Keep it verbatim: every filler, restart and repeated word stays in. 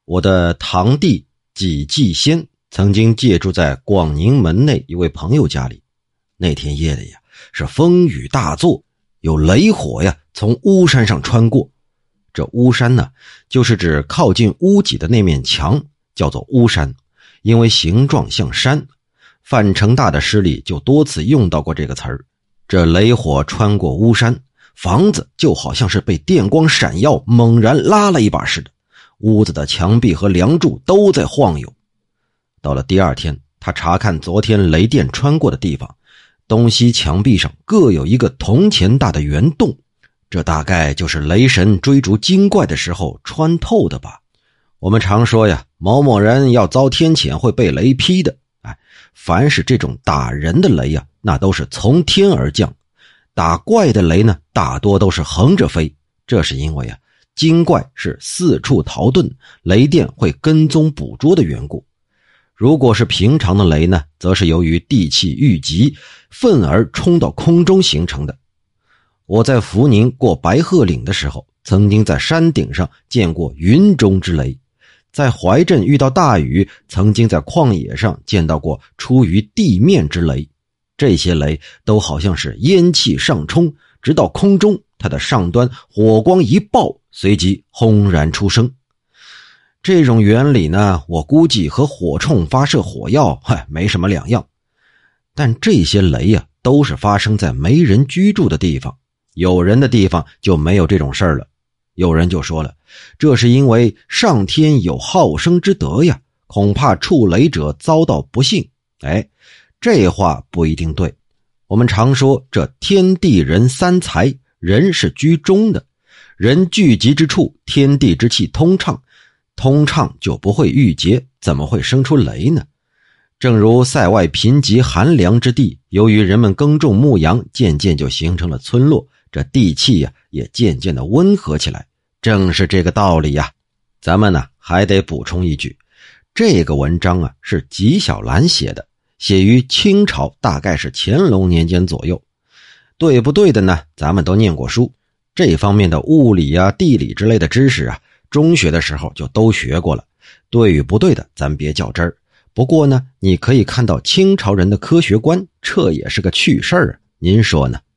我的堂弟己继先曾经借住在广宁门内一位朋友家里。那天夜里呀，是风雨大作，有雷火呀从巫山上穿过。这巫山呢，就是指靠近屋脊的那面墙，叫做巫山，因为形状像山。范成大的诗里就多次用到过这个词儿。这雷火穿过巫山，房子就好像是被电光闪耀猛然拉了一把似的，屋子的墙壁和梁柱都在晃悠。到了第二天，他查看昨天雷电穿过的地方，东西墙壁上各有一个铜钱大的圆洞，这大概就是雷神追逐精怪的时候穿透的吧。我们常说呀，某某人要遭天谴会被雷劈的。哎，凡是这种打人的雷呀，那都是从天而降。打怪的雷呢，大多都是横着飞，这是因为啊，精怪是四处逃遁，雷电会跟踪捕捉的缘故。如果是平常的雷呢，则是由于地气郁积，愤而冲到空中形成的。我在福宁过白鹤岭的时候，曾经在山顶上见过云中之雷；在怀镇遇到大雨，曾经在旷野上见到过出于地面之雷。这些雷都好像是烟气上冲，直到空中，它的上端火光一爆，随即轰然出声。这种原理呢，我估计和火铳发射火药嗨没什么两样。但这些雷啊，都是发生在没人居住的地方，有人的地方就没有这种事儿了。有人就说了，这是因为上天有好生之德呀，恐怕触雷者遭到不幸。哎，这话不一定对。我们常说这天地人三才，人是居中的，人聚集之处，天地之气通畅，通畅就不会郁结，怎么会生出雷呢？正如塞外贫瘠寒凉之地，由于人们耕种牧羊，渐渐就形成了村落，这地气呀也渐渐的温和起来，正是这个道理呀。咱们呢还得补充一句，这个文章啊是纪晓岚写的，写于清朝，大概是乾隆年间左右。对不对的呢？咱们都念过书，这方面的物理啊、地理之类的知识啊，中学的时候就都学过了。对与不对的，咱别较真儿。不过呢，你可以看到清朝人的科学观，这也是个趣事儿啊，您说呢？